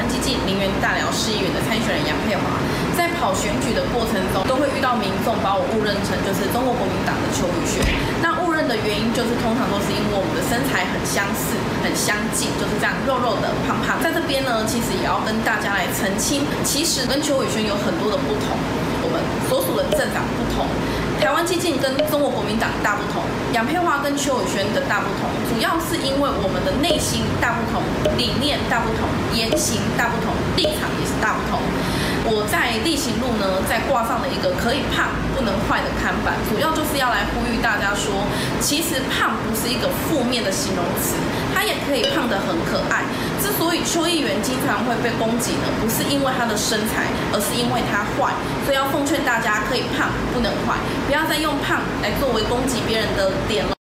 基进林园大寮市议员的参选人杨佩华，在跑选举的过程中，都会遇到民众把我误认成就是中国国民党的邱宇轩。那误认的原因就是通常都是因为我们的身材很相似、很相近，就是这样肉肉的、胖胖。在这边呢，其实也要跟大家来澄清，其实跟邱宇轩有很多的不同。我们所属的政党不同，台湾基进跟中国国民党大不同，杨佩华跟邱宇轩的大不同，主要是因为我们的内心大不同，理念大不同，言行大不同，立场也是大不同。我在力行路呢，在挂上了一个可以胖不能坏的看板，主要就是要来呼吁大家说，其实胖不是一个负面的形容词，它也可以胖得很可爱。之所以邱议员经常会被攻击呢，不是因为他的身材，而是因为他坏，所以要奉劝大家可以胖不能坏，不要再用胖来作为攻击别人的点了。